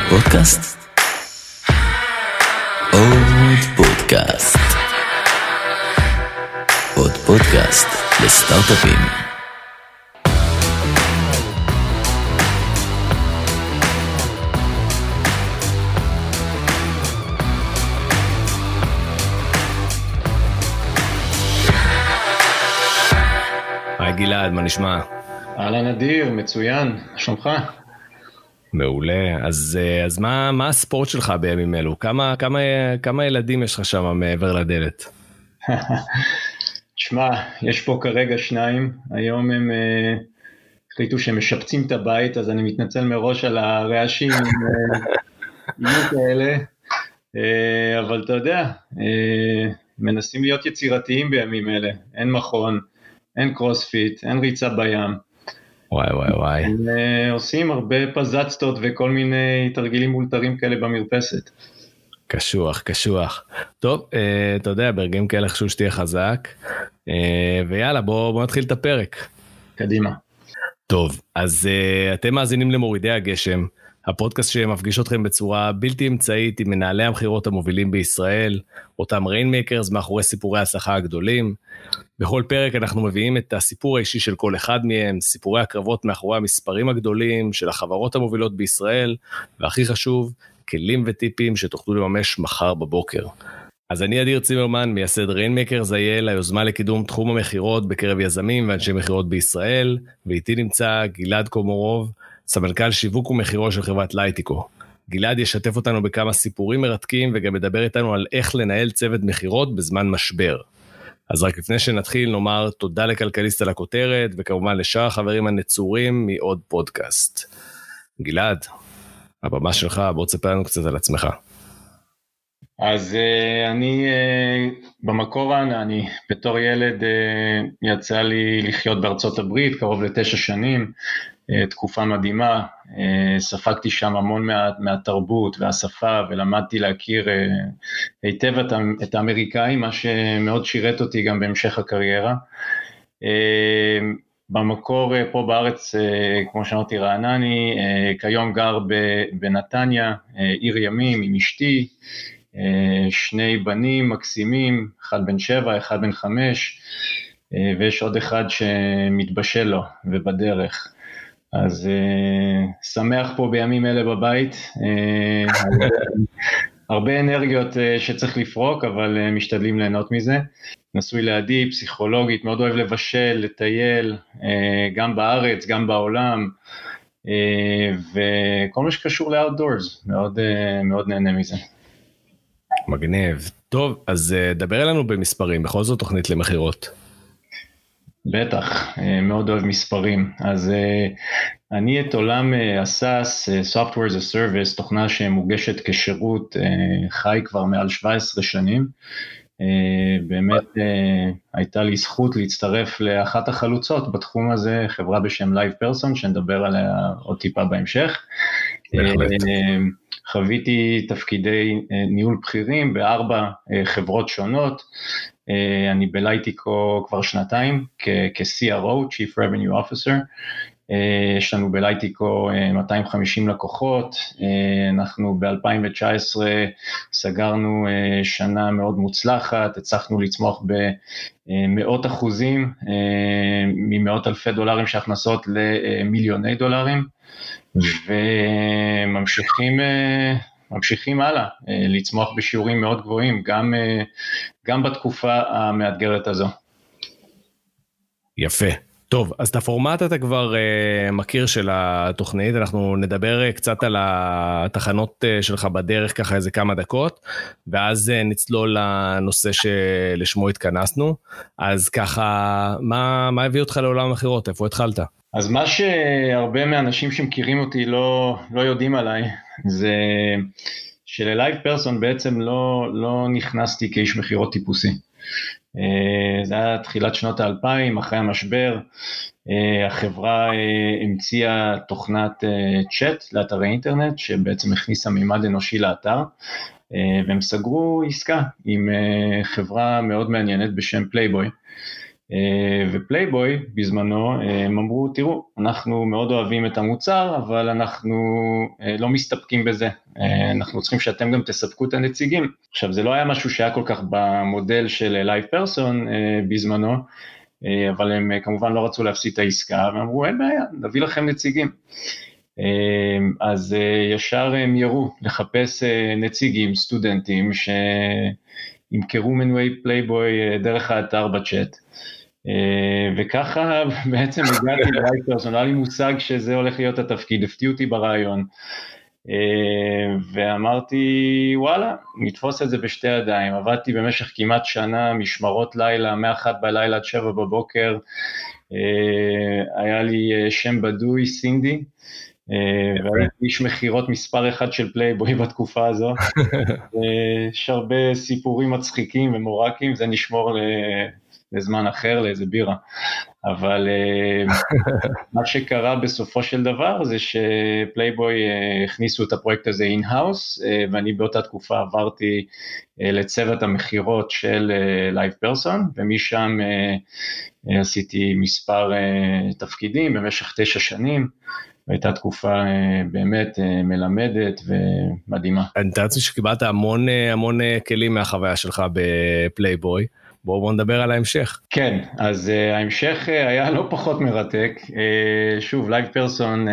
פודקאסט? עוד פודקאסט. עוד פודקאסט לסטארט-אפים. היי גלעד, מה נשמע? אהלן אדיר, מצוין, מה שלומך? מעולה. אז מה הספורט שלך בימים אלו? כמה ילדים יש לך שם מעבר לדלת? תשמע, יש פה כרגע 2, היום הם החליטו שהם משפצים את הבית, אז אני מתנצל מראש על הרעשים, יהיו כאלה, אבל אתה יודע, מנסים להיות יצירתיים בימים אלה, אין מכון, אין קרוספיט, אין ריצה בים. וואי. הם עושים הרבה פזצתות וכל מיני תרגילים מולתרים כאלה במרפסת. קשוח. טוב, אתה יודע, ברגעים כאלה חשוב שתהיה חזק, ויאללה, בוא נתחיל את הפרק. קדימה. טוב, אז אתם מאזינים למורידי הגשם, הפודקאסט שמפגיש אתכם בצורה בלתי אמצעית עם מנהלי המחירות המובילים בישראל, אותם ריינמקרס מאחורי סיפורי ההצלחה הגדולים. בכל פרק אנחנו מביאים את הסיפור האישי של כל אחד מהם, סיפורי הקרבות מאחורי המספרים הגדולים של החברות המובילות בישראל, והכי חשוב, כלים וטיפים שתוכלו לממש מחר בבוקר. אז אני אדיר צימרמן, מייסד ריינמקרס IL, היוזמה לקידום תחום המחירות בקרב יזמים ואנשי מחירות בישראל, ואיתי נמצא גלעד קומורוב, סמנכ"ל שיווק ומחירות של חברת לייטיקו. גלעד ישתף אותנו בכמה סיפורים מרתקים, וגם מדבר איתנו על איך לנהל צוות מחירות בזמן משבר. אז רק לפני שנתחיל נאמר תודה לכלכליסט על הכותרת, וכמובן לשאר החברים הנצורים מעוד פודקאסט. גלעד, הבמה שלך, בוא תספר לנו קצת על עצמך. אז אני במקור אני בתור ילד יצא לי לחיות בארצות הברית, קרוב ל9 שנים, תקופה מדהימה, ספגתי שם המון מהתרבות והשפה, ולמדתי להכיר היטב את האמריקאים, מה שמאוד שירת אותי גם בהמשך הקריירה. במקור פה בארץ, כמו שאמרתי, רענני, כיום גר בנתניה, עיר ימים עם אשתי, 2 בנים מקסימים, 1 בן 7, 1 בן 5, ויש עוד אחד שמתבשל לו ובדרך. אז שמח פה בימים אלה בבית, הרבה אנרגיות שצריך לפרוק, אבל משתדלים ליהנות מזה. נשוי לעדי, פסיכולוגית, מאוד אוהב לבשל, לטייל, גם בארץ, גם בעולם, וכל מה שקשור לאוטדורס, מאוד נהנה מזה. מגניב. טוב, אז דבר אלינו במספרים, בכל זאת תוכנית למחירות. בטח, מאוד אוהב מספרים. אז אני את עולם הסאס, Software as a Service, תוכנה שמוגשת כשירות, חי כבר מעל 17 שנים. באמת הייתה לי זכות להצטרף לאחת החלוצות בתחום הזה, חברה בשם LivePerson, שנדבר עליה עוד טיפה בהמשך. חוויתי תפקידי ניהול בכירים ב4 חברות שונות, אני בלייטיקו כבר 2 כ-CRO, Chief Revenue Officer, יש לנו בלייטיקו 250 לקוחות, אנחנו ב-2019 סגרנו שנה מאוד מוצלחת, הצלחנו לצמוח במאות אחוזים, ממאות אלפי דולרים שהכנסות למיליוני דולרים, וממשיכים הלאה, לצמוח בשיעורים מאוד גבוהים, גם בתקופה המאתגרת הזו. יפה. טוב, אז את הפורמט אתה כבר מכיר של התוכנית, אנחנו נדבר קצת על התחנות שלך בדרך, ככה איזה כמה דקות, ואז נצלול לנושא שלשמו התכנסנו. אז ככה, מה הביא אותך לעולם המחירות? איפה התחלת? אז מה שהרבה מהאנשים שמכירים אותי לא יודעים עליי, זה שללייב פרסון לא נכנסתי כאיש מחירות טיפוסי. זה היה תחילת שנות ה-2000, אחרי המשבר, החברה המציאה תוכנת צ'אט לאתרי אינטרנט, שבעצם הכניסה מימד אנושי לאתר, והם סגרו עסקה עם חברה מאוד מעניינת בשם פלייבוי, ופלייבוי בזמנו הם אמרו, תראו, אנחנו מאוד אוהבים את המוצר, אבל אנחנו לא מסתפקים בזה, אנחנו צריכים שאתם גם תספקו את הנציגים. עכשיו, זה לא היה משהו שהיה כל כך במודל של Live Person בזמנו, אבל הם כמובן לא רצו להפסיד את העסקה, ואמרו, אין בעיה, נביא לכם נציגים. אז ישר הם ירו לחפש נציגים, סטודנטים, שימכרו מנועי פלייבוי דרך האתר בצ'אט. וככה בעצם הגעתי ל-Live Person, לא היה לי מושג שזה הולך להיות התפקיד, הפתיע אותי ברעיון. ואמרתי, וואלה, נתפוס את זה בשתי ידיים. עבדתי במשך כמעט שנה, משמרות לילה, מ-1 בלילה עד 7 בבוקר. היה לי שם בדוי, סינדי, והייתי איש מחירות מספר 1 של פלייבוי בתקופה הזו. יש הרבה סיפורים מצחיקים ומורקים, זה נשמור לזמן אחר, לאיזה בירה. אבל מה שקרה בסופו של דבר זה שפלייבוי הכניסו את הפרויקט הזה אין-האוס, ואני באותה תקופה עברתי לצוות המחירות של Live Person, ומשם עשיתי מספר תפקידים במשך 9 שנים, והייתה תקופה באמת מלמדת ומדהימה. אני תרצה שקיבלת המון כלים מהחוויה שלך בפלייבוי, בואו נדבר על ההמשך. כן, אז ההמשך היה לא פחות מרתק, שוב, Live Person,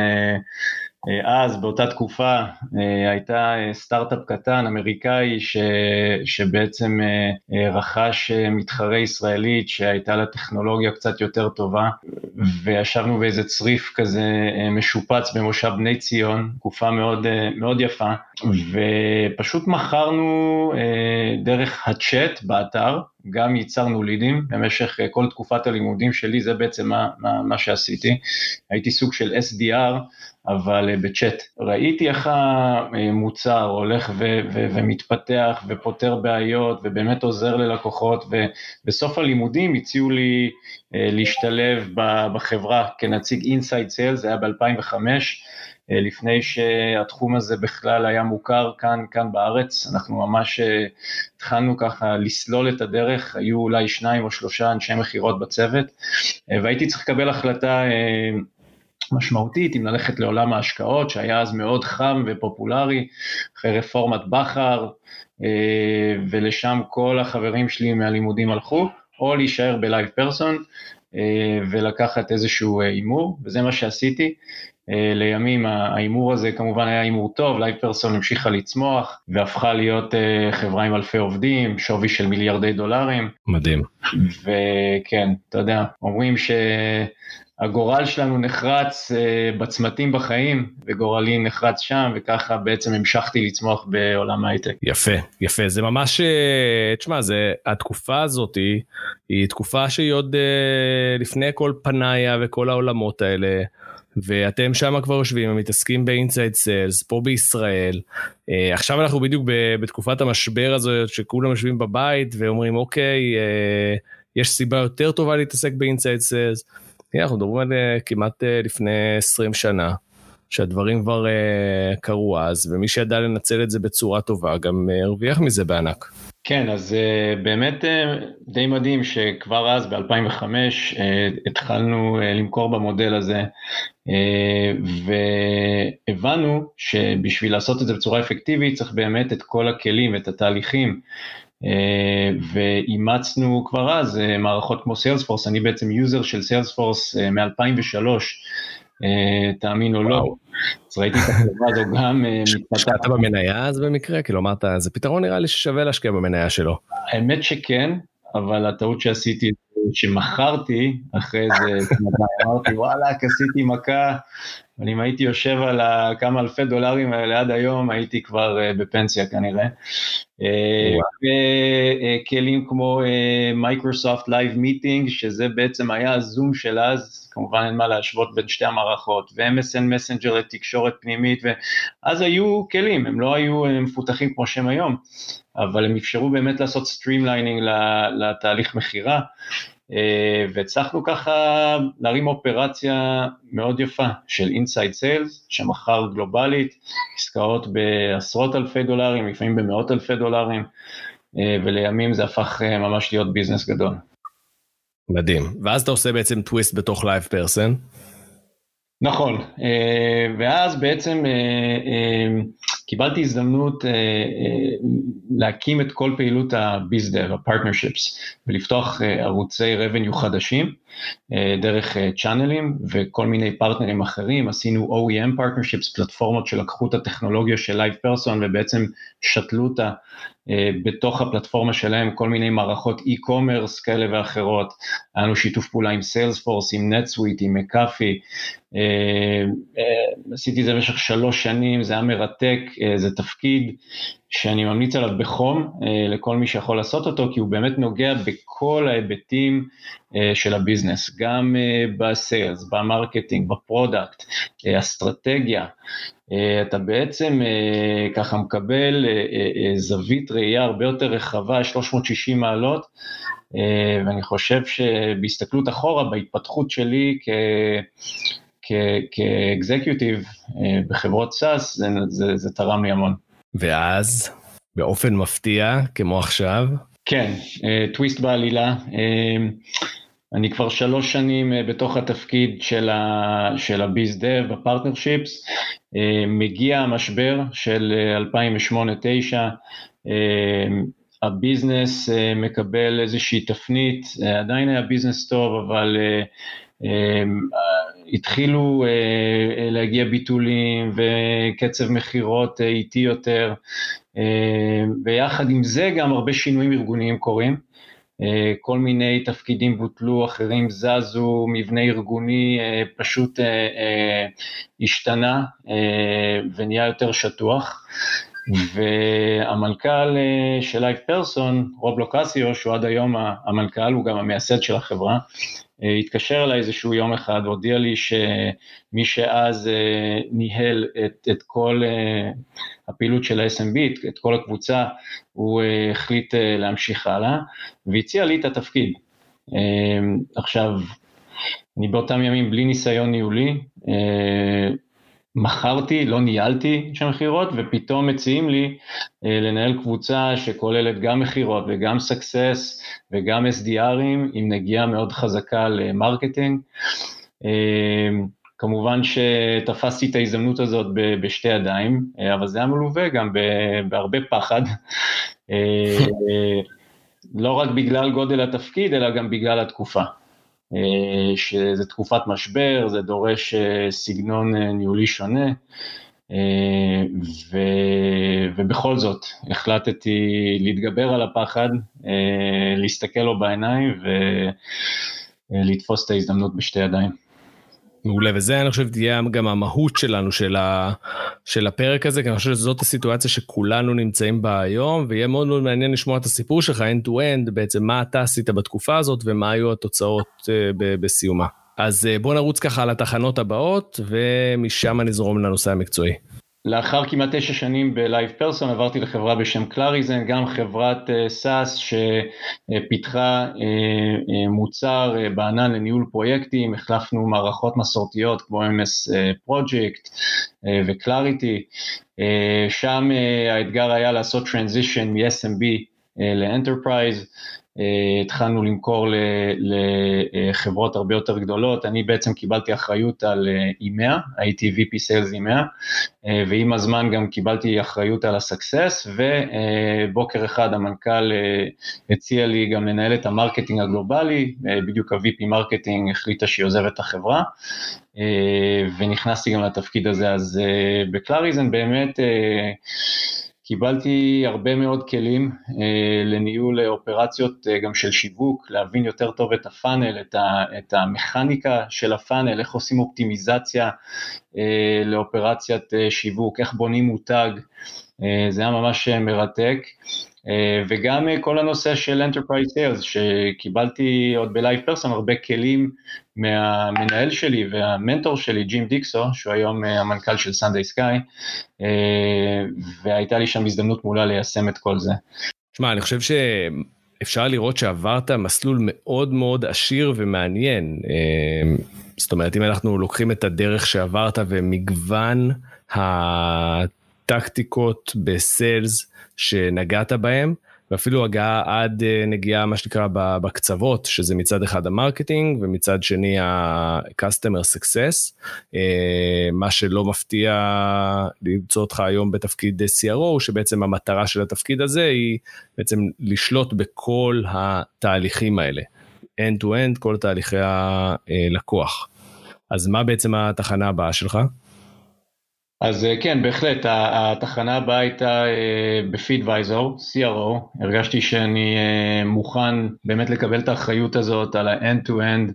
אז באותה תקופה הייתה סטארט-אפ קטן אמריקאי שבעצם רכש מתחרה ישראלית שהייתה לה טכנולוגיה קצת יותר טובה, וישבנו באיזה צריף כזה משופץ במושב בני ציון, תקופה מאוד, מאוד יפה, ופשוט מכרנו דרך הצ'אט באתר, גם ייצרנו לידים במשך כל תקופת הלימודים שלי, זה בעצם מה שעשיתי, הייתי סוג של SDR, אבל בצ'אט. ראיתי איך המוצר הולך ומתפתח ופותר בעיות ובאמת עוזר ללקוחות, ובסוף הלימודים הציעו לי להשתלב בחברה כנציג Inside Sales, זה היה ב-2005, לפני שהתחום הזה בכלל היה מוכר כאן בארץ, אנחנו ממש התחלנו ככה לסלול את הדרך, היו אולי 2 או 3 אנשי מחירות בצוות, והייתי צריך לקבל החלטה משמעותית, אם ללכת לעולם ההשקעות, שהיה אז מאוד חם ופופולרי, אחרי רפורמת בחר, ולשם כל החברים שלי מהלימודים הלכו, או להישאר ב-Live Person, ולקחת איזשהו אימור, וזה מה שעשיתי. לימים האימור הזה כמובן היה אימור טוב, Live Person המשיכה לצמוח, והפכה להיות חברה עם אלפי עובדים, שווי של מיליארדי דולרים. מדהים. וכן, אתה יודע, אומרים הגורל שלנו נחרץ בצמתים בחיים, וגורלי נחרץ שם, וככה בעצם המשכתי לצמוח בעולם ההייטק. יפה, יפה, זה ממש, תשמע, התקופה הזאת היא תקופה שהיא עוד לפני כל פנאיה וכל העולמות האלה, ואתם שם כבר יושבים, מתעסקים באינסייד סיילס, פה בישראל, עכשיו אנחנו בדיוק בתקופת המשבר הזאת, שכולם יושבים בבית, ואומרים, אוקיי, יש סיבה יותר טובה להתעסק באינסייד סיילס, אנחנו מדברים על כמעט לפני 20 שנה, שהדברים כבר קרו אז, ומי שידע לנצל את זה בצורה טובה, גם הרוויח מזה בענק. כן, אז באמת די מדהים שכבר אז ב-2005 התחלנו למכור במודל הזה, והבנו שבשביל לעשות את זה בצורה אפקטיבית, צריך באמת את כל הכלים, את התהליכים, ואימצנו כבר אז מערכות כמו סיילספורס, אני בעצם יוזר של סיילספורס מ-2003, תאמין או לא, אז ראיתי את החברה הזו גם מתפתחת. השקעת במניה אז במקרה? כאילו אמרת, זה פתרון נראה לי ששווה להשקיע במניה שלו. האמת שכן, אבל הטעות שעשיתי, שמכרתי אחרי זה, אמרתי וואלה, עשיתי מכה, אבל אם הייתי יושב על כמה אלפי דולרים האלה עד היום, הייתי כבר בפנסיה כנראה. וכלים כמו מייקרוסופט לייב מיטינג, שזה בעצם היה הזום של אז, כמובן אין מה להשוות בין שתי המערכות, ו-MSN מסנג'ר לתקשורת פנימית, ואז היו כלים, הם לא היו מפותחים כמו שהם היום, אבל הם אפשרו באמת לעשות סטרימליינינג לתהליך מחירה, והצלחנו ככה להרים אופרציה מאוד יפה של אינסייד סיילס, שמחר גלובלית, עסקאות בעשרות אלפי דולרים, לפעמים במאות אלפי דולרים, ולימים זה הפך ממש להיות ביזנס גדול. מדהים. ואז אתה עושה בעצם טוויסט בתוך לייב פרסון. נכון, ואז בעצם קיבלתי הזדמנות להקים את כל פעילות ה-BizDev, ה-Partnerships, ולפתוח ערוצי revenue חדשים, דרך צ'אנלים וכל מיני פרטנרים אחרים. עשינו OEM Partnerships, פלטפורמות שלקחו את הטכנולוגיה של Live Person ובעצם שתלו אותה בתוך הפלטפורמה שלהם, כל מיני מערכות e-commerce כאלה ואחרות. היה לנו שיתוף פעולה עם Salesforce, עם NetSuite, עם McAfee, עשיתי את זה במשך 3 שנים, זה היה מרתק, זה תפקיד שאני ממליץ עליו בחום לכל מי שיכול לעשות אותו, כי הוא באמת נוגע בכל ההיבטים של הביזנס, גם בסיילס, במרקטינג, בפרודקט, אסטרטגיה. אתה בעצם ככה מקבל זווית ראייה הרבה יותר רחבה, 360 מעלות, ואני חושב שבהסתכלות אחורה, בהתפתחות שלי כאקזקיוטיב בחברות סאס, זה תרם לי המון. ואז, באופן מפתיע, כמו עכשיו? כן, טוויסט בעלילה. אני כבר 3 שנים בתוך התפקיד של ה-BizDev, ה-Partnerships, מגיע המשבר של 2008-2009, הביזנס מקבל איזושהי תפנית, עדיין היה ביזנס טוב, אבל התחילו להגיע ביטולים וקצב מחירות איטי יותר, ויחד עם זה גם הרבה שינויים ארגוניים קורים, כל מיני תפקידים בוטלו, אחרים זזו, מבנה ארגוני פשוט השתנה ונהיה יותר שטוח, והמנכ"ל של Live Person, רוב לוקסיו, שהוא עד היום המנכ"ל, הוא גם המייסד של החברה, התקשר אליי איזשהו יום אחד, והודיע לי שמי שאז ניהל את כל הפעילות של ה-SMB, את כל הקבוצה, הוא החליט להמשיך הלאה, והציע לי את התפקיד. עכשיו, אני באותם ימים בלי ניסיון ניהולי, מכרתי, לא ניהלתי שם מחירות, ופתאום מציעים לי לנהל קבוצה שכוללת גם מחירות וגם סקסס וגם SDRים עם נגיעה מאוד חזקה למרקטינג. כמובן שתפסתי את ההזדמנות הזאת בשתי ידיים, אבל זה היה מלווה גם בהרבה פחד, לא רק בגלל גודל התפקיד, אלא גם בגלל התקופה. שזה תקופת משבר, זה דורש סגנון ניהולי שונה, ובכל זאת החלטתי להתגבר על הפחד, להסתכל לו בעיניים ולתפוס את ההזדמנות בשתי ידיים. מעולה, וזה אני חושב תהיה גם המהות שלנו של הפרק הזה, כי אני חושב שזאת הסיטואציה שכולנו נמצאים בה היום, ויהיה מאוד מאוד מעניין לשמוע את הסיפור שלך, end to end, בעצם מה אתה עשית בתקופה הזאת, ומה היו התוצאות בסיומה. אז בוא נרוץ ככה על התחנות הבאות, ומשם נזרום לנושא המקצועי. לאחר כמעט 9 שנים בלייב פרסון, עברתי לחברה בשם קלריזן, גם חברת סאס שפיתחה מוצר בענן לניהול פרויקטים, החלפנו מערכות מסורתיות כמו MS Project וקלריטי, שם האתגר היה לעשות transition מ-SMB ל-Enterprise, התחלנו למכור לחברות הרבה יותר גדולות, אני בעצם קיבלתי אחריות על EMEA, הייתי VP Sales EMEA, ועם הזמן גם קיבלתי אחריות על הסקסס, ובוקר אחד המנכ"ל הציע לי גם לנהל את המרקטינג הגלובלי, בדיוק ה-VP מרקטינג החליטה שהיא עוזבת את החברה, ונכנסתי גם לתפקיד הזה, אז בקלריזן באמת קיבלתי הרבה מאוד כלים לניהול אופרציות גם של שיווק, להבין יותר טוב את הפאנל, את המכניקה של הפאנל, איך עושים אופטימיזציה לאופרציית שיווק, איך בונים מותג, זה היה ממש מרתק, וגם כל הנושא של Enterprise Sales, שקיבלתי עוד בלייב פרסון הרבה כלים מהמנהל שלי והמנטור שלי, ג'ים דיקסו, שהוא היום המנכ"ל של Sunday Sky, והייתה לי שם הזדמנות מעולה ליישם את כל זה. תשמע, אני חושב שאפשר לראות שעברת מסלול מאוד מאוד עשיר ומעניין, זאת אומרת, אם אנחנו לוקחים את הדרך שעברת ומגוון הטקטיקות בסיילס שנגעת בהם, ואפילו הגעה עד נגיעה מה שנקרא בקצוות, שזה מצד אחד המרקטינג, ומצד שני ה-customer success, מה שלא מפתיע למצוא אותך היום בתפקיד CRO, שבעצם המטרה של התפקיד הזה היא בעצם לשלוט בכל התהליכים האלה, end to end, כל תהליכי הלקוח. אז מה בעצם התחנה הבאה שלך? אז כן, בהחלט, התחנה הבאה הייתה בפידוויזור, CRO, הרגשתי שאני מוכן באמת לקבל את האחריות הזאת על ה-end to end,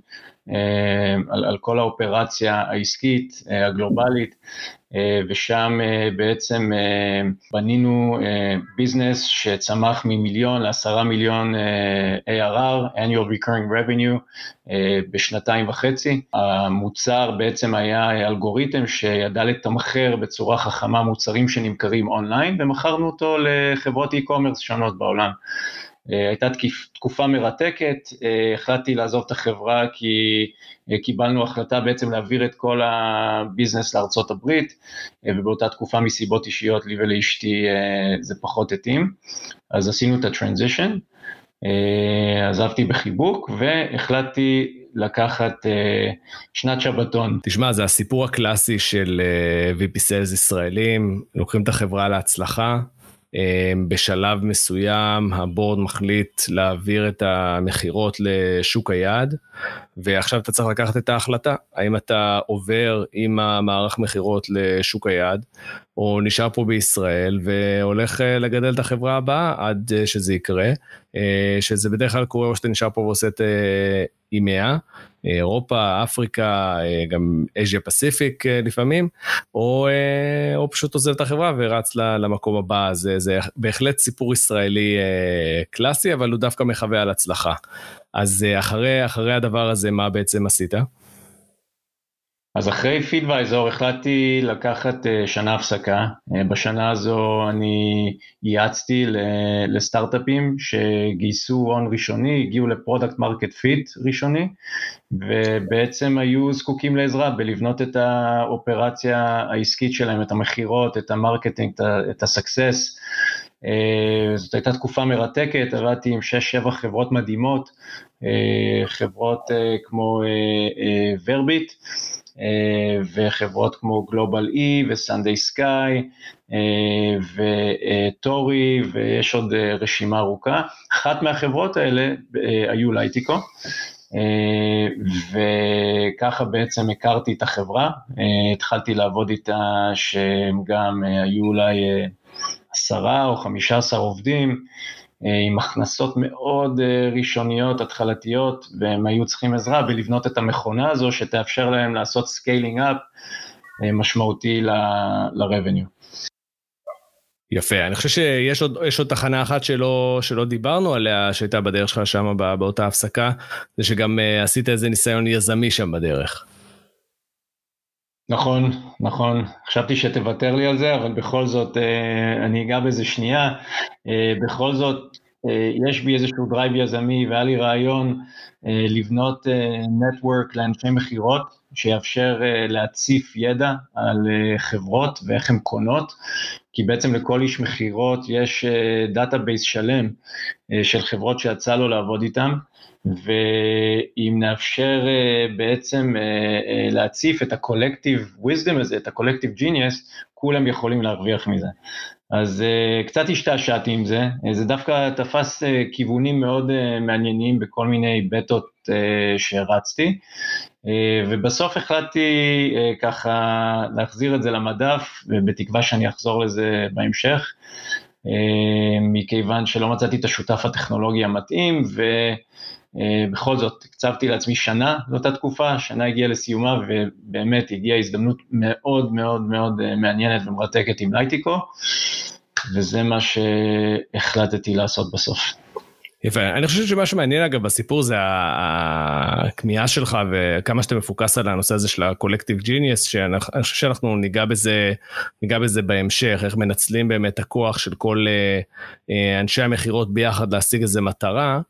על כל האופרציה העסקית, הגלובלית, ושם בעצם בנינו ביזנס שצמח מ1,000,000 ל10 מיליון ARR, annual recurring revenue, בשנתיים וחצי. המוצר בעצם היה אלגוריתם שידע לתמחר בצורה חכמה מוצרים שנמכרים אונליין, ומכרנו אותו לחברות e-commerce שונות בעולם. הייתה תקופה מרתקת, החלטתי לעזוב את החברה כי קיבלנו החלטה בעצם להעביר את כל הביזנס לארצות הברית, ובאותה תקופה מסיבות אישיות לי ולאשתי זה פחות התאים, אז עשינו את הטרנזישן, עזבתי בחיבוק והחלטתי לקחת שנת שבתון. תשמע, זה הסיפור הקלאסי של VP Sales ישראלים, לוקחים את החברה להצלחה, בשלב מסוים הבורד מחליט להעביר את המחירות לשוק היעד, ועכשיו אתה צריך לקחת את ההחלטה, האם אתה עובר עם המערך מחירות לשוק היעד, או נשאר פה בישראל והולך לגדל את החברה הבאה עד שזה יקרה, שזה בדרך כלל קורה או שאתה נשאר פה ועושה את אימיה, אירופה, אפריקה, גם אזיה פסיפיק לפעמים, או פשוט עוזב את החברה ורץ למקום הבא. זה בהחלט סיפור ישראלי קלאסי, אבל הוא דווקא מחווה על הצלחה. אז אחרי הדבר הזה, מה בעצם עשית? אז אחרי פידוויזור החלטתי לקחת שנה הפסקה. בשנה הזו אני ייעצתי לסטארט-אפים שגייסו הון ראשוני, הגיעו לפרודקט מרקט פיט ראשוני, ובעצם היו זקוקים לעזרה בלבנות את האופרציה העסקית שלהם, את המחירות, את המרקטינג, את הסקסס. זאת הייתה תקופה מרתקת, עבדתי עם 6-7 חברות מדהימות, חברות כמו ורביט, וחברות כמו גלובל אי וסנדיי סקאי וטורי, ויש עוד רשימה ארוכה. אחת מהחברות האלה היו לייטיקו, וככה בעצם הכרתי את החברה, התחלתי לעבוד איתה, שהם גם היו אולי 10 או 15 עובדים, עם הכנסות מאוד ראשוניות, התחלתיות, והם היו צריכים עזרה בלבנות את המכונה הזו, שתאפשר להם לעשות סקיילינג אפ משמעותי ל-revenue. יפה, אני חושב שיש עוד תחנה אחת שלא דיברנו עליה, שהייתה בדרך שלך שם באותה הפסקה, זה שגם עשית איזה ניסיון יזמי שם בדרך. נכון, חשבתי שתוותר לי על זה, אבל בכל זאת אני אגע בזה שנייה. בכל זאת יש בי איזשהו דרייב יזמי, והיה לי רעיון לבנות נטוורק לאנשי מחירות, שיאפשר להציף ידע על חברות ואיך הן קונות, כי בעצם לכל איש מחירות יש דאטאבייס שלם של חברות שיצא לו לעבוד איתם, ואם נאפשר בעצם להציף את הקולקטיב wisdom הזה, את הקולקטיב ג'יניוס, כולם יכולים להרוויח מזה. אז קצת השתעשעתי עם זה, זה דווקא תפס כיוונים מאוד מעניינים בכל מיני בטות שרצתי, ובסוף החלטתי ככה להחזיר את זה למדף, ובתקווה שאני אחזור לזה בהמשך, מכיוון שלא מצאתי את השותף הטכנולוגי המתאים, ובכל זאת הקצבתי לעצמי שנה, זאת התקופה, שנה הגיעה לסיומה, ובאמת הגיעה הזדמנות מאוד מאוד מאוד מעניינת ומרתקת עם לייטיקו, וזה מה שהחלטתי לעשות בסוף. יפה, אני חושב שמה שמעניין אגב בסיפור זה הכמיהה שלך וכמה שאתה מפוקס על הנושא הזה של ה-collective genius, שאני חושב שאנחנו ניגע בזה בהמשך, איך מנצלים באמת הכוח של כל אנשי המחירות ביחד להשיג איזה מטרה,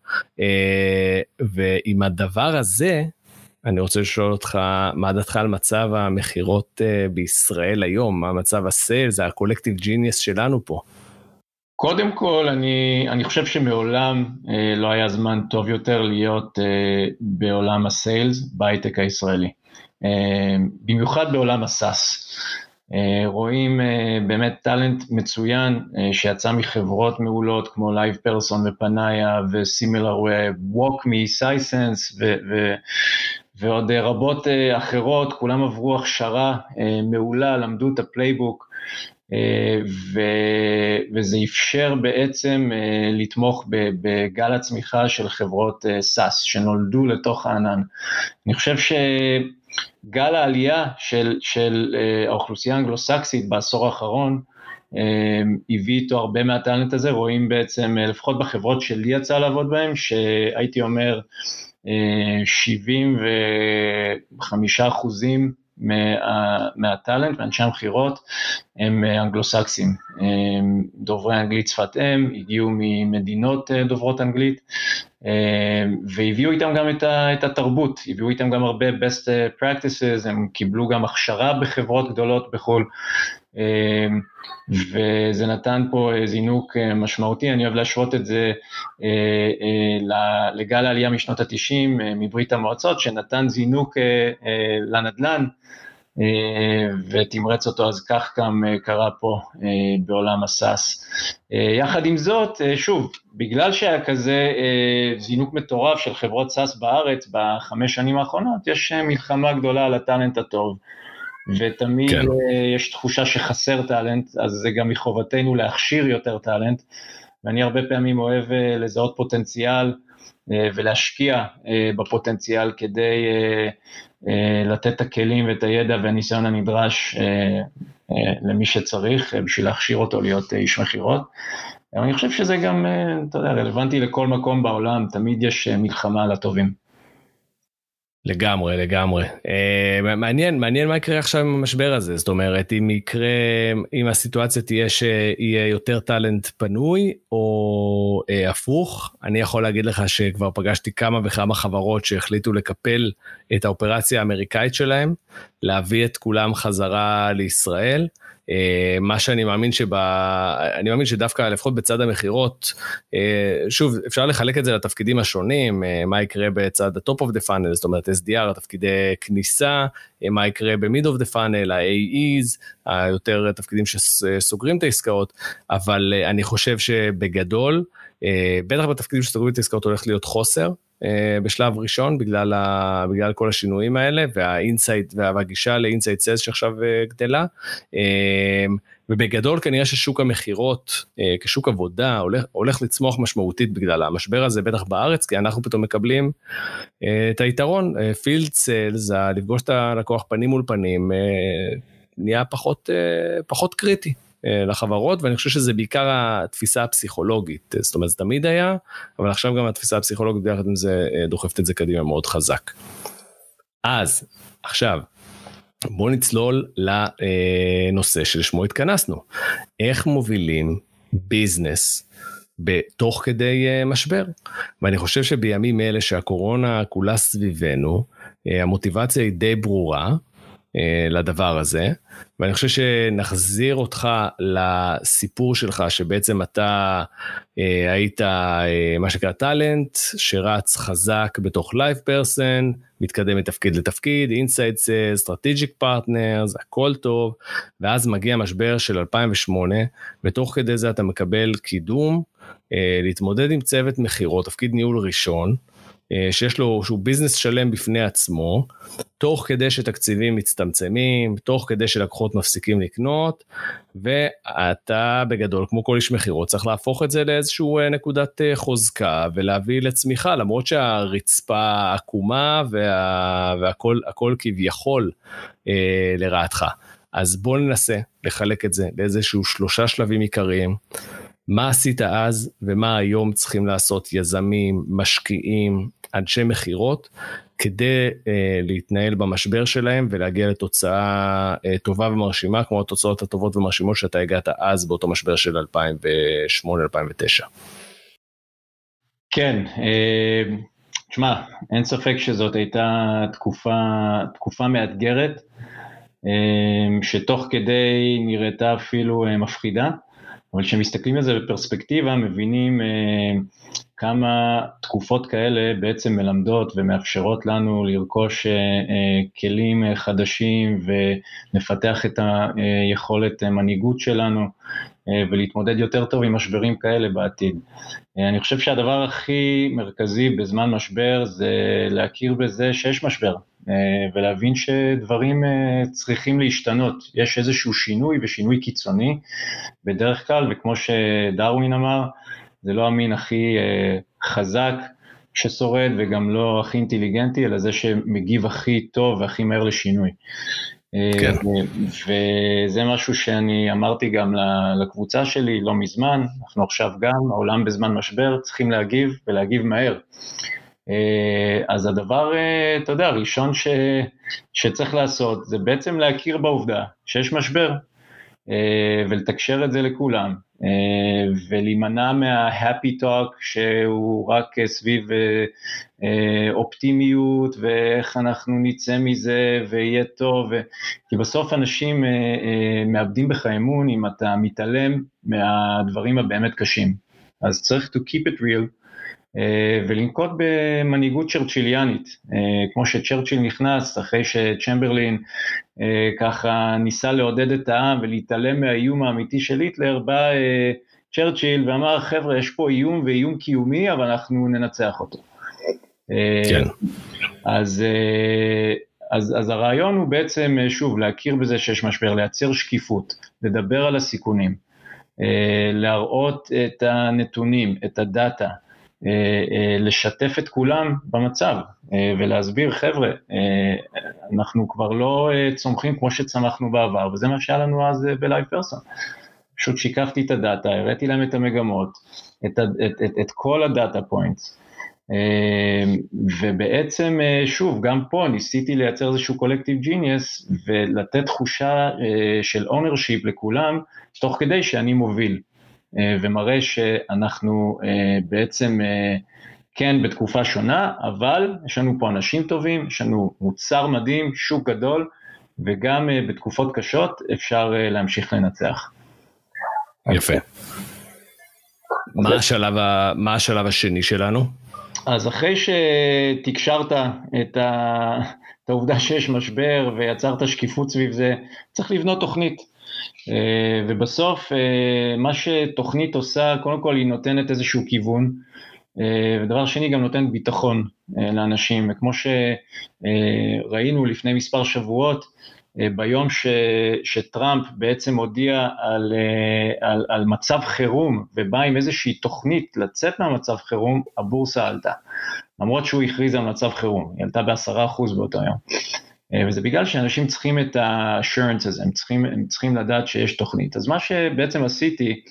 ועם הדבר הזה, אני רוצה לשאול אותך, מה דעתך על מצב המחירות בישראל היום, מה מצב הסיילס, ה-collective genius שלנו פה? קודם כל, אני חושב שמעולם לא היה זמן טוב יותר להיות בעולם הסיילס, בהייטק הישראלי. במיוחד בעולם הסאס. רואים באמת טלנט מצוין שיצא מחברות מעולות כמו LivePerson ופנאיה וסימילרוויב, WalkMe, סייסנס ועוד רבות אחרות, כולם עברו הכשרה מעולה, למדו את הפלייבוק, וזה אפשר בעצם לתמוך בגל הצמיחה של חברות סאס שנולדו לתוך הענן. אני חושב שגל העלייה של האוכלוסייה האנגלוסקסית בעשור האחרון הביא איתו הרבה מהטלנט הזה, רואים בעצם לפחות בחברות שלי יצא לעבוד בהם, שהייתי אומר 75% מהטלנט, מאנשי המחירות, הם אנגלוסקסים, דוברי אנגלית שפת אם, הגיעו ממדינות דוברות אנגלית, והביאו איתם גם את התרבות, הביאו איתם גם הרבה best practices, הם קיבלו גם הכשרה בחברות גדולות בחול, וזה נתן פה זינוק משמעותי. אני אוהב להשוות את זה לגל העלייה משנות ה-90 מברית המועצות, שנתן זינוק לנדלן, ותמרץ אותו, אז כך גם קרה פה בעולם הסאס. יחד עם זאת, שוב, בגלל שהיה כזה זינוק מטורף של חברות סאס בארץ ב5 שנים האחרונות, יש מלחמה גדולה על הטלנט הטוב, ותמיד כן. יש תחושה שחסר טלנט, אז זה גם מחובתנו להכשיר יותר טלנט, ואני הרבה פעמים אוהב לזהות פוטנציאל, ולהשקיע בפוטנציאל כדי לתת את הכלים ואת הידע והניסיון הנדרש למי שצריך, בשביל להכשיר אותו להיות איש מחירות. אני חושב שזה גם, אתה יודע, רלוונטי לכל מקום בעולם, תמיד יש מלחמה על הטובים. לגמרי. מעניין מה יקרה עכשיו עם המשבר הזה, זאת אומרת, אם הסיטואציה תהיה שיהיה יותר טלנט פנוי, או הפוך, אני יכול להגיד לך שכבר פגשתי כמה וכמה חברות שהחליטו לקפל את האופרציה האמריקאית שלהם, להביא את כולם חזרה לישראל, מה שאני מאמין אני מאמין שדווקא לפחות בצד המחירות, שוב, אפשר לחלק את זה לתפקידים השונים, מה יקרה בצד ה-top of the funnel, זאת אומרת SDR, התפקידי כניסה, מה יקרה ב-mid of the funnel, ה-AEs, היותר תפקידים שסוגרים את העסקאות, אבל אני חושב שבגדול, בטח בתפקידים שסוגרים את העסקאות הולך להיות חוסר, בשלב ראשון, בגלל כל השינויים האלה, והאינסייט והגישה לאינסייט סייז שעכשיו גדלה, ובגדול כנראה ששוק המחירות, כשוק עבודה, הולך לצמוח משמעותית בגלל המשבר הזה, בטח בארץ, כי אנחנו פתאום מקבלים את היתרון, פילד סיילס, לפגוש את הלקוח פנים מול פנים, נהיה פחות קריטי. לחברות, ואני חושב שזה בעיקר התפיסה הפסיכולוגית, זאת אומרת, זה תמיד היה, אבל עכשיו גם התפיסה הפסיכולוגית, ביחד עם זה, דוחפת את זה קדימה מאוד חזק. אז, עכשיו, בואו נצלול לנושא שלשמו התכנסנו. איך מובילים ביזנס בתוך כדי משבר? ואני חושב שבימים אלה שהקורונה כולה סביבנו, המוטיבציה היא די ברורה, לדבר הזה, ואני חושב שנחזיר אותך לסיפור שלך, שבעצם אתה היית מה שקרה טלנט, שרץ חזק בתוך LivePerson, מתקדם מתפקיד לתפקיד, Insights, Strategic Partners, הכל טוב, ואז מגיע משבר של 2008, ותוך כדי זה אתה מקבל קידום, להתמודד עם צוות מחירות, תפקיד ניהול ראשון, שיש לו, שהוא ביזנס שלם בפני עצמו, תוך כדי שתקציבים מצטמצמים, תוך כדי שלקוחות מפסיקים לקנות, ואתה בגדול, כמו כל איש מחירות, צריך להפוך את זה לאיזשהו נקודת חוזקה, ולהביא לצמיחה, למרות שהרצפה עקומה, והכל כביכול לרעתך. אז בוא ננסה לחלק את זה לאיזשהו 3 שלבים עיקריים, מה עשית אז, ומה היום צריכים לעשות יזמים, משקיעים, אנשי מחירות, כדי להתנהל במשבר שלהם, ולהגיע לתוצאה טובה ומרשימה, כמו התוצאות הטובות ומרשימות שאתה הגעת אז, באותו משבר של 2008-2009. כן, תשמע, אין ספק שזאת הייתה תקופה מאתגרת, שתוך כדי נראתה אפילו מפחידה, אבל כשמסתכלים על זה בפרספקטיבה, מבינים כמה תקופות כאלה בעצם מלמדות ומאפשרות לנו לרכוש כלים חדשים ולפתח את היכולת מנהיגות שלנו ולהתמודד יותר טוב עם משברים כאלה בעתיד. אני חושב שהדבר הכי מרכזי בזמן משבר זה להכיר בזה שיש משבר ולהבין שדברים צריכים להשתנות. יש איזשהו שינוי ושינוי קיצוני בדרך כלל, וכמו שדרווין אמר, זה לא המין הכי חזק ששורד וגם לא הכי אינטליגנטי, אלא זה שמגיב הכי טוב והכי מהר לשינוי. כן. וזה משהו שאני אמרתי גם לקבוצה שלי לא מזמן, אנחנו עכשיו גם, העולם בזמן משבר, צריכים להגיב ולהגיב מהר. אז הדבר, אתה יודע, הראשון שצריך לעשות, זה בעצם להכיר בעובדה שיש משבר, ולתקשר את זה לכולם, ולהימנע מה-happy talk שהוא רק סביב אופטימיות, ואיך אנחנו נצא מזה ויהיה טוב, כי בסוף אנשים מאבדים בך אמון אם אתה מתעלם מהדברים הבאמת קשים. אז צריך to keep it real, ולנקוט במנהיגות צ'רצ'יליאנית, כמו שצ'רצ'יל נכנס אחרי שצ'מברלין ככה ניסה לעודד את העם ולהתעלם מהאיום האמיתי של היטלר, בא צ'רצ'יל ואמר, חבר'ה, יש פה איום ואיום קיומי, אבל אנחנו ננצח אותו. כן. אז הרעיון הוא בעצם, שוב, להכיר בזה שיש משבר, לייצר שקיפות, לדבר על הסיכונים, להראות את הנתונים, את הדאטה, לשתף את כולם במצב, ולהסביר, חבר'ה, אנחנו כבר לא צומחים כמו שצמחנו בעבר, וזה מה שהיה לנו אז בלייב פרסון. פשוט שיקפתי את הדאטה, הראיתי להם את המגמות, את כל הדאטה פוינטס, ובעצם, שוב, גם פה ניסיתי לייצר איזשהו קולקטיב ג'יניוס, ולתת תחושה של אונרשיפ לכולם, תוך כדי שאני מוביל. ומראה שאנחנו בעצם כן בתקופה שונה, אבל יש לנו פה אנשים טובים, יש לנו מוצר מדהים, שוק גדול, וגם בתקופות קשות אפשר להמשיך לנצח. יפה. מה השלב השני שלנו? אז אחרי שתקשרת את העובדה שיש משבר ויצרת שקיפות סביב זה, צריך לבנות תוכנית. ובסוף מה שתוכנית עושה, קודם כל היא נותנת איזשהו כיוון, ודבר שני גם נותן ביטחון לאנשים, וכמו שראינו לפני מספר שבועות, ביום שטראמפ בעצם הודיע על מצב חירום, ובא עם איזושהי תוכנית לצאת מהמצב חירום, הבורסה עלתה, למרות שהוא הכריז על מצב חירום, היא עלתה ב10% באותו יום. וזה בגלל שאנשים צריכים את ה-assurance הזה, הם צריכים לדעת שיש תוכנית. אז מה שבעצם עשיתי,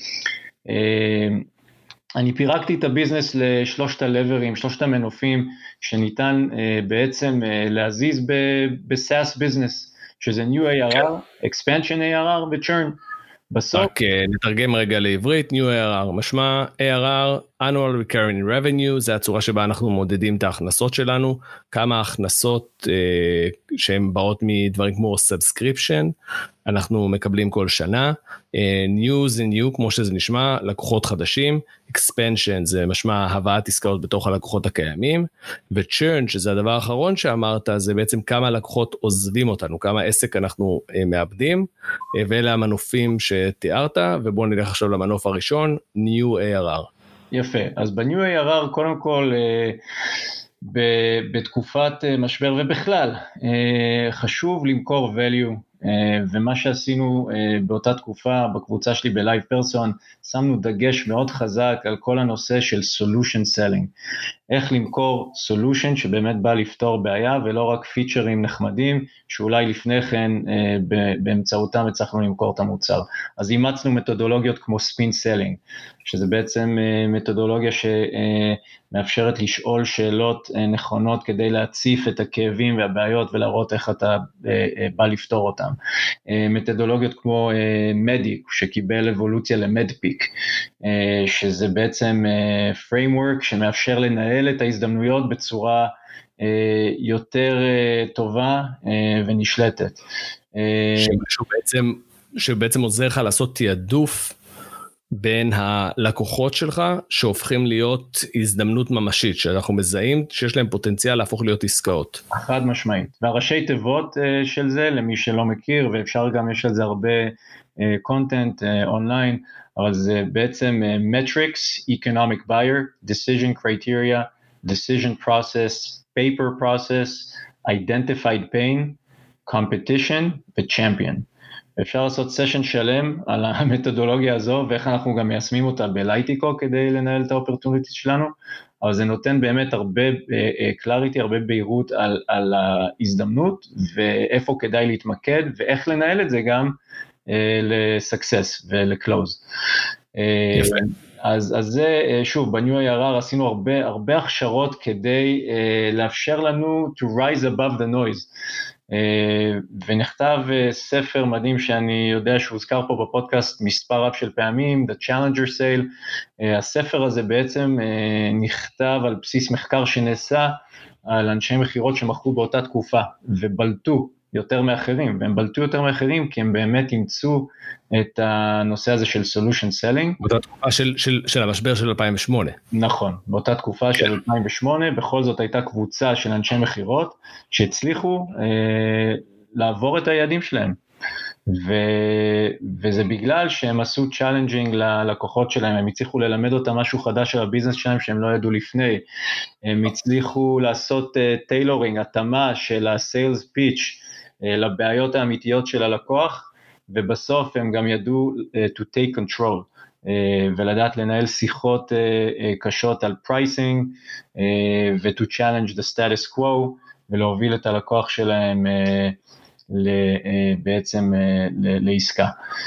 אני פירקתי את הביזנס לשלושת הלברים, שלושת המנופים, שניתן בעצם להזיז ב-SaaS business, שזה New ARR, Expansion ARR ו-Churn. בסוף... רק נתרגם רגע לעברית, New ARR, משמע ARR, Annual Recurring Revenue, זה הצורה שבה אנחנו מודדים את ההכנסות שלנו, כמה הכנסות שהן באות מדברים כמו Subscription, אנחנו מקבלים כל שנה, New זה New כמו שזה נשמע, לקוחות חדשים, Expansion זה משמע הבאת עסקאות בתוך הלקוחות הקיימים, ו-Churn שזה הדבר האחרון שאמרת, זה בעצם כמה לקוחות עוזבים אותנו, כמה עסק אנחנו מאבדים, ואלה המנופים שתיארת, ובואו נלך עכשיו למנוף הראשון, New ARR. יפה, אז ב-New ARR קודם כל, בתקופת משבר ובכלל, חשוב למכור value, ומה שעשינו באותה תקופה בקבוצה שלי בלייב פרסון, שמנו דגש מאוד חזק על כל הנושא של solution selling, איך למכור solution שבאמת בא לפתור בעיה ולא רק פיצ'רים נחמדים שאולי לפני כן באמצעותם הצלחנו למכור את המוצר. אז אימצנו מתודולוגיות כמו spin selling, שזה בעצם מתודולוגיה שמאפשרת לשאול שאלות נכונות כדי להציף את הכאבים והבעיות ולהראות איך אתה בא לפתור אותם. מתודולוגיות כמו מדיק שקיבל אבולוציה למדפיק, שזה בעצם framework שמאפשר לנהל את ההזדמנויות בצורה יותר טובה ונשלטת. שבעצם עוזר לך לעשות תיעדוף בין הלקוחות שלך שהופכים להיות הזדמנות ממשית, שאנחנו מזהים שיש להם פוטנציאל להפוך להיות עסקאות. חד משמעית. והראשי תיבות של זה, למי שלא מכיר, ואפשר גם, יש על זה הרבה קונטנט אונליין, אבל זה בעצם metrics, economic buyer, decision criteria, decision process, paper process, identified pain, competition ו-champion. אפשר לעשות סשן שלם על המתודולוגיה הזו, ואיך אנחנו גם מיישמים אותה בלייטיקו כדי לנהל את האופרטוניטי שלנו, אבל זה נותן באמת הרבה קלאריטי, הרבה בהירות על ההזדמנות, ואיפה כדאי להתמקד, ואיך לנהל את זה גם לסקסס ולקלוז. יפה. אז זה, שוב, בניו ARR עשינו הרבה הכשרות כדי לאפשר לנו to rise above the noise, ונכתב ספר מדהים שאני יודע שהוזכר פה בפודקאסט מספר רב של פעמים, The Challenger Sale. הספר הזה בעצם נכתב על בסיס מחקר שנעשה על אנשי מחירות שמכרו באותה תקופה, ובלטו יותר מאחרים, והם בלטו יותר מאחרים כי הם באמת אימצו את הנושא הזה של solution selling. באותה תקופה של המשבר של 2008. נכון, באותה תקופה של 2008, בכל זאת הייתה קבוצה של אנשי מחירות שהצליחו לעבור את היעדים שלהם, וזה בגלל שהם עשו challenging ללקוחות שלהם, הם הצליחו ללמד אותם משהו חדש של הביזנס שלהם שהם לא ידעו לפני, הם הצליחו לעשות טיילורינג, התאמה של ה-sales pitch לבעיות האמיתיות של הלקוח, ובסוף הם גם ידעו to take control, ולדעת לנהל שיחות קשות על pricing, ו-to challenge the status quo, ולהוביל את הלקוח שלהם בעצם לעסקה.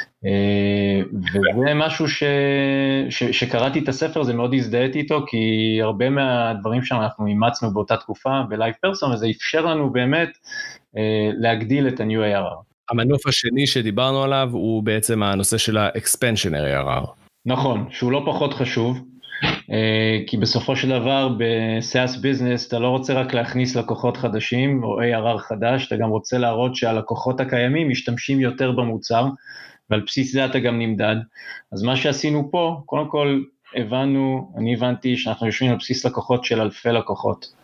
וזה משהו שקראתי את הספר, זה מאוד הזדהיתי איתו, כי הרבה מהדברים שאנחנו אימצנו באותה תקופה בלייב פרסון, וזה אפשר לנו באמת להגדיל את ה-New ARR. המנוף השני שדיברנו עליו הוא בעצם הנושא של ה-Expansionary ARR. נכון, שהוא לא פחות חשוב, כי בסופו של דבר ב-SaaS business אתה לא רוצה רק להכניס לקוחות חדשים או ARR חדש, אתה גם רוצה להראות שהלקוחות הקיימים משתמשים יותר במוצר, ועל בסיס זה אתה גם נמדד. אז מה שעשינו פה, קודם כל אני הבנתי שאנחנו יושבים על בסיס לקוחות של אלפי לקוחות,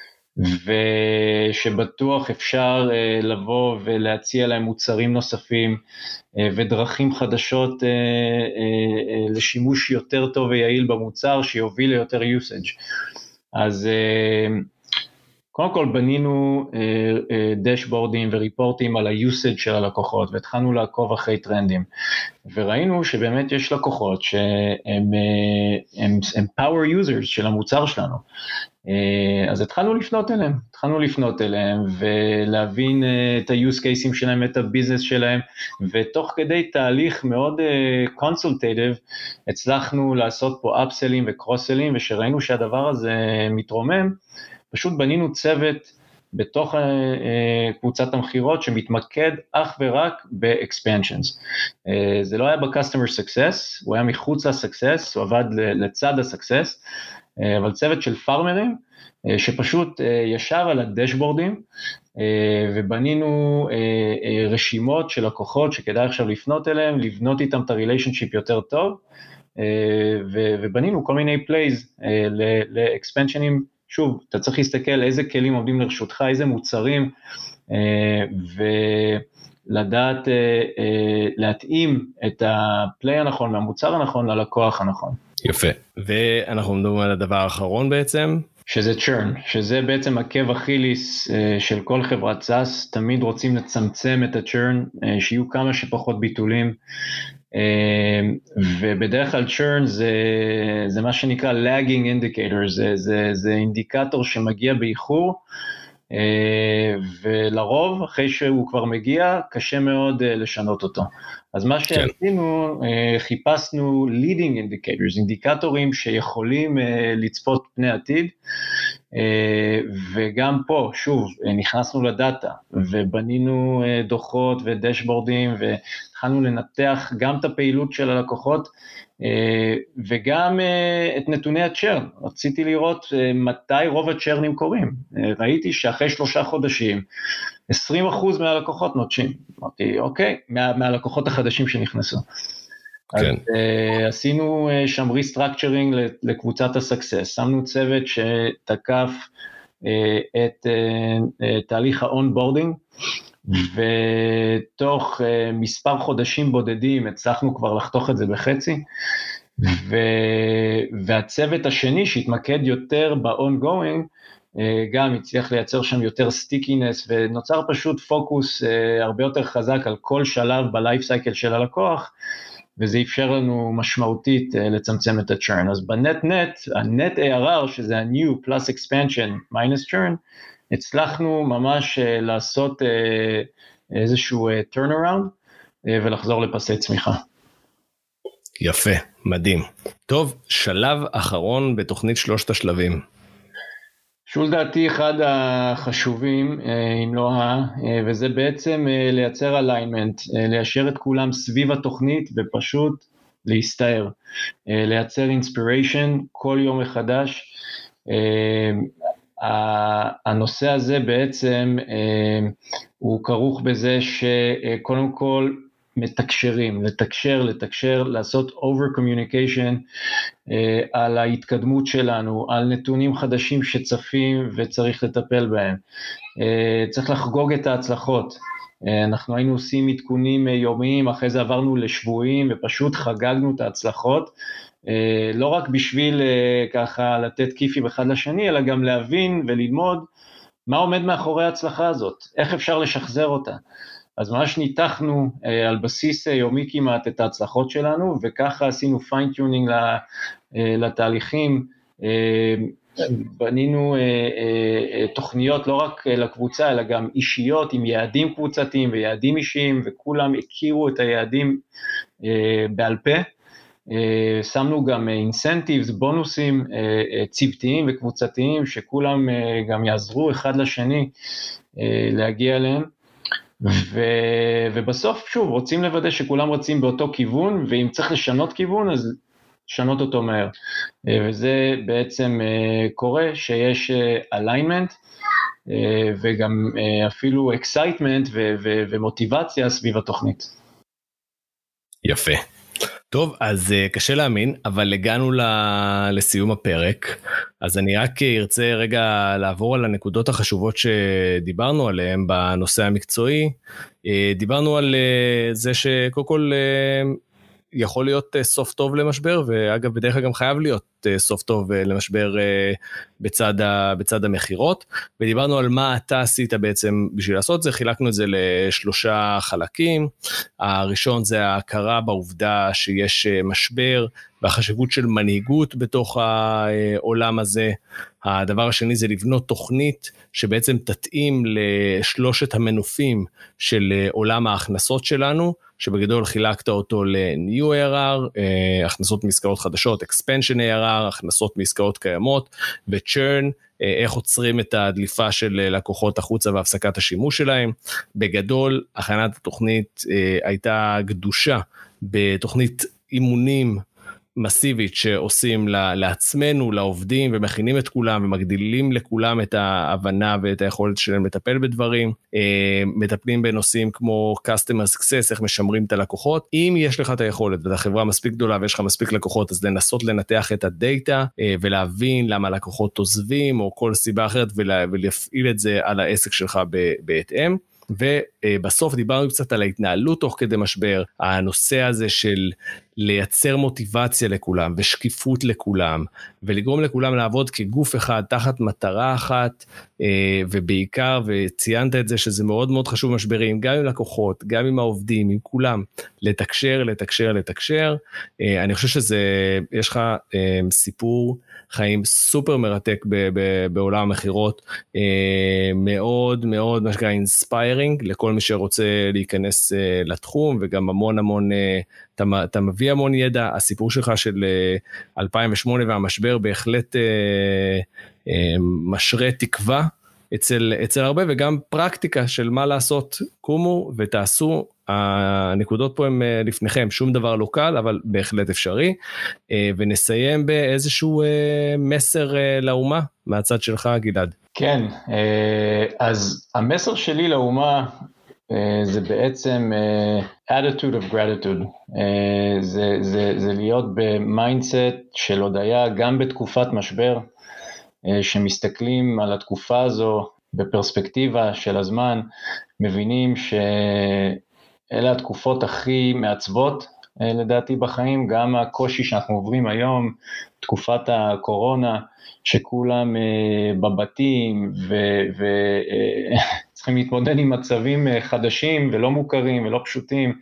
ושבטוח אפשר לבוא ולהציע להם מוצרים נוספים ודרכים חדשות לשימוש יותר טוב ויעיל במוצר שיוביל ליותר usage. אז קודם כל בנינו דשבורדים וריפורטים על ה-usage של הלקוחות, והתחלנו לעקוב אחרי טרנדים, וראינו שבאמת יש לקוחות שהם power users של המוצר שלנו, אז התחלנו לפנות אליהם, ולהבין את ה-use cases שלהם, את הביזנס שלהם, ותוך כדי תהליך מאוד consultative, הצלחנו לעשות פה upselling ו-cross-selling, ושראינו שהדבר הזה מתרומם, פשוט בנינו צוות בתוך קבוצת המחירות שמתמקד אך ורק ב-expansions. זה לא היה ב-customer success, הוא היה מחוץ ל-success, הוא עבד לצד ה-success, אבל צוות של פארמרים שפשוט ישב על הדשבורדים, ובנינו רשימות של לקוחות שכדאי עכשיו לפנות אליהם, לבנות איתם את הריליישנשיפ יותר טוב, ובנינו כל מיני פלייז לאקספנשנים. שוב, אתה צריך להסתכל איזה כלים עובדים לרשותך, איזה מוצרים, ולדעת להתאים את הפליי הנכון והמוצר הנכון ללקוח הנכון. יפה. ואנחנו מדברים על הדבר האחרון בעצם. שזה churn, שזה בעצם עקב אכיליס של כל חברת SaaS, תמיד רוצים לצמצם את ה-churn, שיהיו כמה שפחות ביטולים, ובדרך כלל churn זה מה שנקרא lagging indicator, זה אינדיקטור שמגיע באיחור, ולרוב אחרי שהוא כבר מגיע קשה מאוד לשנות אותו. אז מה שעשינו, חיפשנו leading indicators, אינדיקטורים שיכולים לצפות פני עתיד, וגם פה שוב נכנסנו לדאטה ובנינו דוחות ודשבורדים, והתחלנו לנתח גם את הפעילות של הלקוחות וגם את נתוני הצ'רן. רציתי לראות מתי רוב הצ'רנים קורים, ראיתי שאחרי 3 חודשים 20% מהלקוחות נוטשים. אמרתי אוקיי, מהלקוחות החדשים שנכנסו. כן. אז עשינו שם ריסטרקצ'רינג לקבוצת הסקסס, שמנו צוות שתקף את תהליך האונבורדינג, ותוך מספר חודשים בודדים הצלחנו כבר לחתוך את זה בחצי, והצוות השני שהתמקד יותר ב-ongoing, גם הצליח לייצר שם יותר סטיקינס, ונוצר פשוט פוקוס הרבה יותר חזק על כל שלב בלייף סייקל של הלקוח, וזה אפשר לנו משמעותית לצמצם את ה-churn. אז בנט-נט, ה-net ARR, שזה ה-new plus expansion minus churn, הצלחנו ממש לעשות איזשהו turnaround, ולחזור לפסי צמיחה. יפה, מדהים. טוב, שלב אחרון בתוכנית 3 השלבים. שהוא לדעתי אחד החשובים, אם לא וזה בעצם לייצר alignment, ליישר את כולם סביב התוכנית ופשוט להסתער, לייצר inspiration כל יום מחדש. הנושא הזה בעצם הוא כרוך בזה שקודם כל מתקשרים, לתקשר, לעשות over communication על ההתקדמות שלנו, על נתונים חדשים שצפים וצריך לטפל בהם. צריך לחגוג את ההצלחות. אנחנו היינו עושים עדכונים יומיים, אחרי זה עברנו לשבועיים ופשוט חגגנו את ההצלחות, לא רק בשביל ככה לתת כיפים אחד לשני, אלא גם להבין וללמוד מה עומד מאחורי ההצלחה הזאת, איך אפשר לשחזר אותה. אז ממש ניתחנו על בסיס יומי כמעט את ההצלחות שלנו, וככה עשינו פיינטיונינג לתהליכים, בנינו תוכניות לא רק לקבוצה, אלא גם אישיות עם יעדים קבוצתיים ויעדים אישיים, וכולם הכירו את היעדים בעל פה, שמנו גם אינסנטיבס, בונוסים צוותיים וקבוצתיים, שכולם גם יעזרו אחד לשני להגיע אליהם, ובסוף שוב רוצים לוודא שכולם רצים באותו כיוון, ואם צריך לשנות כיוון אז לשנות אותו מהר, וזה בעצם קורה שיש alignment, וגם אפילו excitement ומוטיבציה סביב התוכנית. יפה. טוב, אז קשה להאמין, אבל הגענו לסיום הפרק, אז אני רק ארצה רגע לעבור על הנקודות החשובות שדיברנו עליהן בנושא המקצועי. דיברנו על זה שקודם כל יכול להיות סוף טוב למשבר, ואגב בדרך כלל גם חייב להיות סוף טוב למשבר בצד המחירות, ודיברנו על מה אתה עשית בעצם בשביל לעשות זה, חילקנו את זה לשלושה חלקים. הראשון זה ההכרה בעובדה שיש משבר, והחשיבות של מנהיגות בתוך העולם הזה. הדבר השני זה לבנות תוכנית שבעצם תתאים לשלושת המנופים של עולם ההכנסות שלנו, שבגדול חילקת אותו ל-New ARR, הכנסות מעסקאות חדשות, Expansion ARR, הכנסות מעסקאות קיימות, ו-Churn, איך עוצרים את הדליפה של לקוחות החוצה והפסקת השימוש שלהם. בגדול, הכנת התוכנית הייתה גדושה בתוכנית אימונים מסיבית שעושים לעצמנו, לעובדים, ומכינים את כולם, ומגדילים לכולם את ההבנה ואת היכולת שלהם לטפל בדברים, מטפלים בנושאים כמו Customer Success, איך משמרים את הלקוחות. אם יש לך את היכולת, ואתה חברה מספיק גדולה, ויש לך מספיק לקוחות, אז לנסות לנתח את הדאטה, ולהבין למה לקוחות עוזבים, או כל סיבה אחרת, ולהפעיל את זה על העסק שלך בהתאם. ובסוף דיברנו קצת על ההתנהלות תוך כדי משבר, הנושא הזה של לייצר מוטיבציה לכולם ושקיפות לכולם, ולגרום לכולם לעבוד כגוף אחד תחת מטרה אחת, ובעיקר, וציינת את זה שזה מאוד מאוד חשוב משברים, גם עם לקוחות, גם עם העובדים, עם כולם, לתקשר. אני חושב יש לך סיפור חיים סופר מרתק בעולם המחירות, מאוד מאוד מה שקרה אינספיירינג לכל מי שרוצה להיכנס לתחום, וגם המון אתה מביא המון ידע. הסיפור שלך של 2008 והמשבר בהחלט משרה תקווה אצל הרבה, וגם פרקטיקה של מה לעשות. קומו ותעשו, הנקודות פה הם לפניכם, שום דבר לא קל, אבל בהחלט אפשרי. ונסיים באיזשהו מסר לאומה, מהצד שלך גלעד. כן, אז המסר שלי לאומה, זה בעצם attitude of gratitude, זה להיות במיינדסט של הודיה גם בתקופת משבר, שמסתכלים על התקופה הזו בפרספקטיבה של הזמן, מבינים שאלה התקופות הכי מעצבות לדעתי בחיים, גם הקושי שאנחנו עוברים היום, תקופת הקורונה, שכולם בבתים וצריכים להתמודד עם מצבים חדשים ולא מוכרים ולא פשוטים,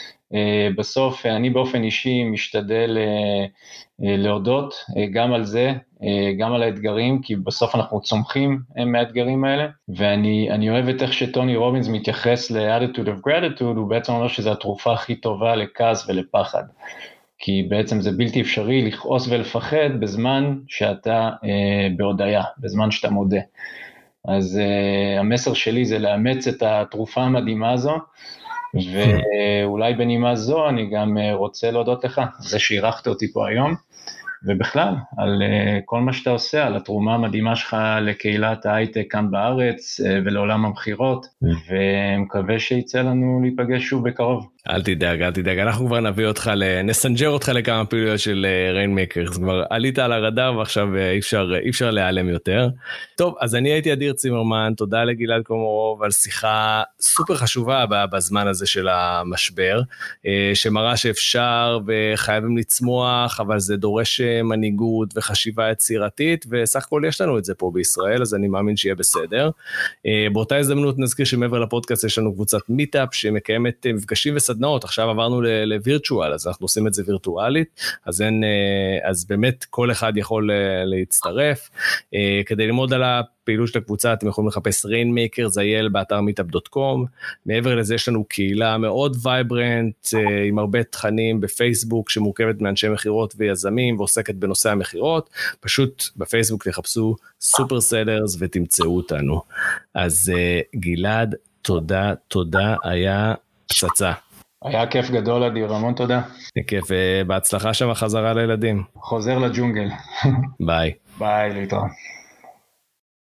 בסוף אני באופן אישי משתדל להודות גם על זה, גם על האתגרים, כי בסוף אנחנו צומחים מהאתגרים האלה, ואני אוהב את איך שטוני רובינס מתייחס ל-attitude of gratitude, הוא בעצם אומר שזה התרופה הכי טובה לכעס ולפחד, כי בעצם זה בלתי אפשרי לכעוס ולפחד בזמן שאתה בהודיה, בזמן שאתה מודה. אז המסר שלי זה לאמץ את התרופה המדהימה הזו, ואולי בנימה זו אני גם רוצה להודות לך, זה שאירחת אותי פה היום, ובכלל, על כל מה שאתה עושה, על התרומה המדהימה שלך לקהילת ההייטק כאן בארץ, ולעולם המחירות, ומקווה שיצא לנו להיפגש שוב בקרוב. אל תדאג, אנחנו כבר נסנג'ר אותך לכמה פעילויות של ריינמקרס, כבר עלית על הרדאר ועכשיו אי אפשר להיעלם יותר. טוב, אז אני הייתי אדיר צימרמן, תודה לגלעד קומרוב על שיחה סופר חשובה בזמן הזה של המשבר, שמראה שאפשר וחייבים לצמוח, אבל זה דורש מנהיגות וחשיבה יצירתית, וסך הכל יש לנו את זה פה בישראל, אז אני מאמין שיהיה בסדר. באותה הזדמנות נזכיר שמעבר לפודקאסט יש לנו קבוצת מיטאפ שמקיימת מפגשים וסדנאות, עכשיו עברנו לווירטואל, אז אנחנו עושים את זה וירטואלית, אז באמת כל אחד יכול להצטרף. כדי ללמוד על הפעילות של הקבוצה, אתם יכולים לחפש rainmakers.il באתר meetup.com, מעבר לזה יש לנו קהילה מאוד וייברנט, עם הרבה תכנים בפייסבוק, שמורכבת מאנשי מחירות ויזמים, ועוסקת בנושא המחירות, פשוט בפייסבוק תחפשו סופר סלרס ותמצאו אותנו. אז גלעד, תודה, היה פצצה. היה כיף גדול אדיר, המון תודה. כיף, בהצלחה שם חזרה לילדים. חוזר לג'ונגל. ביי. ביי, להתראות.